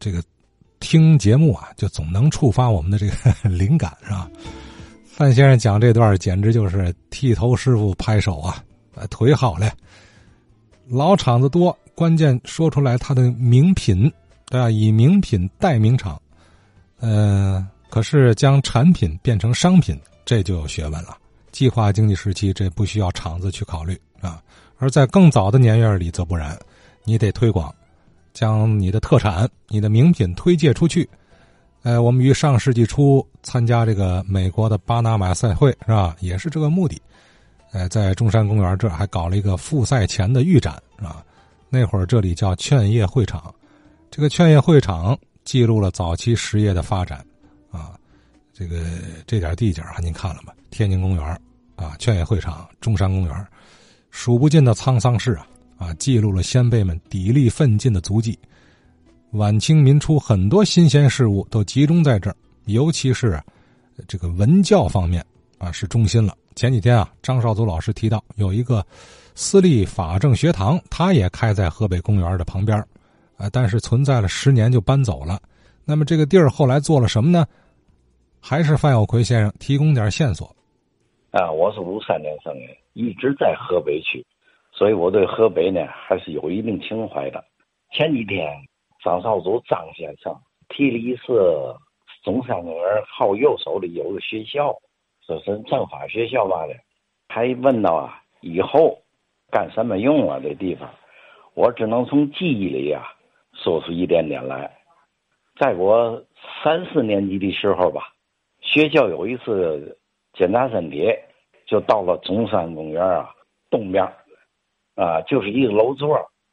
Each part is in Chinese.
这个听节目啊，就总能触发我们的这个灵感，是吧？范先生讲这段简直就是剃头师傅拍手啊，腿好嘞。老厂子多，关键说出来它的名品，对吧？以名品带名厂，可是将产品变成商品，这就有学问了。计划经济时期，这不需要厂子去考虑啊。而在更早的年月里则不然，你得推广，将你的特产、你的名品推介出去。我们于上世纪初参加这个美国的巴拿马赛会，是吧？也是这个目的。在中山公园这儿还搞了一个复赛前的预展，是吧？那会儿这里叫劝业会场，这个劝业会场记录了早期实业的发展啊。这点地界啊，您看了吗？天津公园啊，劝业会场、中山公园，数不尽的沧桑事啊，记录了先辈们砥砺奋进的足迹。晚清民初很多新鲜事物都集中在这儿，尤其是这个文教方面啊是中心了。前几天啊，张绍祖老师提到有一个私立法政学堂，它也开在河北公园的旁边但是存在了10年就搬走了。那么这个地儿后来做了什么呢？还是范有奎先生提供点线索。 我是53年生人，一直在河北区，所以我对河北呢还是有一定情怀的。前几天张绍祖张先生提了一次中山公园靠右手里有个学校，说是政法学校吧的，还问到以后干什么用这地方，我只能从记忆里说出一点点来。在我3、4年级的时候吧，学校有一次检查身体，就到了中山公园东边就是一个楼座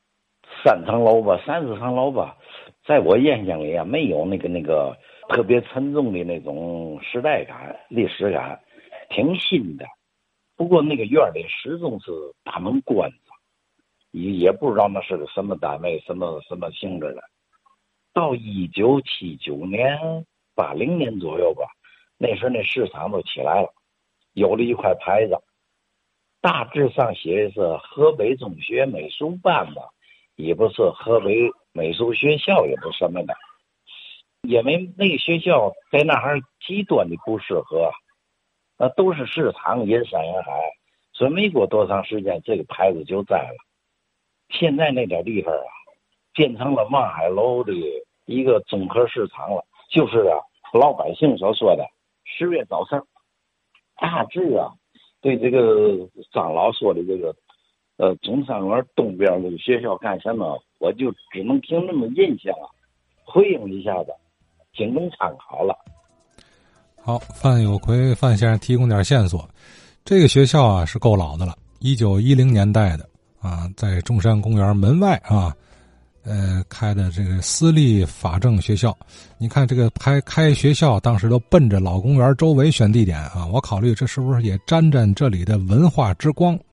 ，3层楼吧，3、4层楼吧，在我印象里没有那个特别沉重的那种时代感、历史感，挺新的。不过那个院里始终是大门关着，也不知道那是个什么单位、什么性质的。到1979年、80年左右吧，那时候那市场都起来了，有了一块牌子，大致上写的是河北中学美术班吧，也不是河北美术学校，也不是什么的。因为那个学校在那儿极端的不适合，都是市场人山人海，所以没过多长时间这个牌子就在了。现在那点地方变成了望海楼的一个综合市场了，就是老百姓所说的10月早市。大致对这个张老说的这个中山公园东边这个学校干什么，我就只能凭那么印象回应一下子，仅供参考了。 好，范有奎范先生提供点线索。这个学校是够老的了，1910年代的在中山公园门外开的这个私立法政学校。你看这个开学校当时都奔着老公园周围选地点我考虑这是不是也沾沾这里的文化之光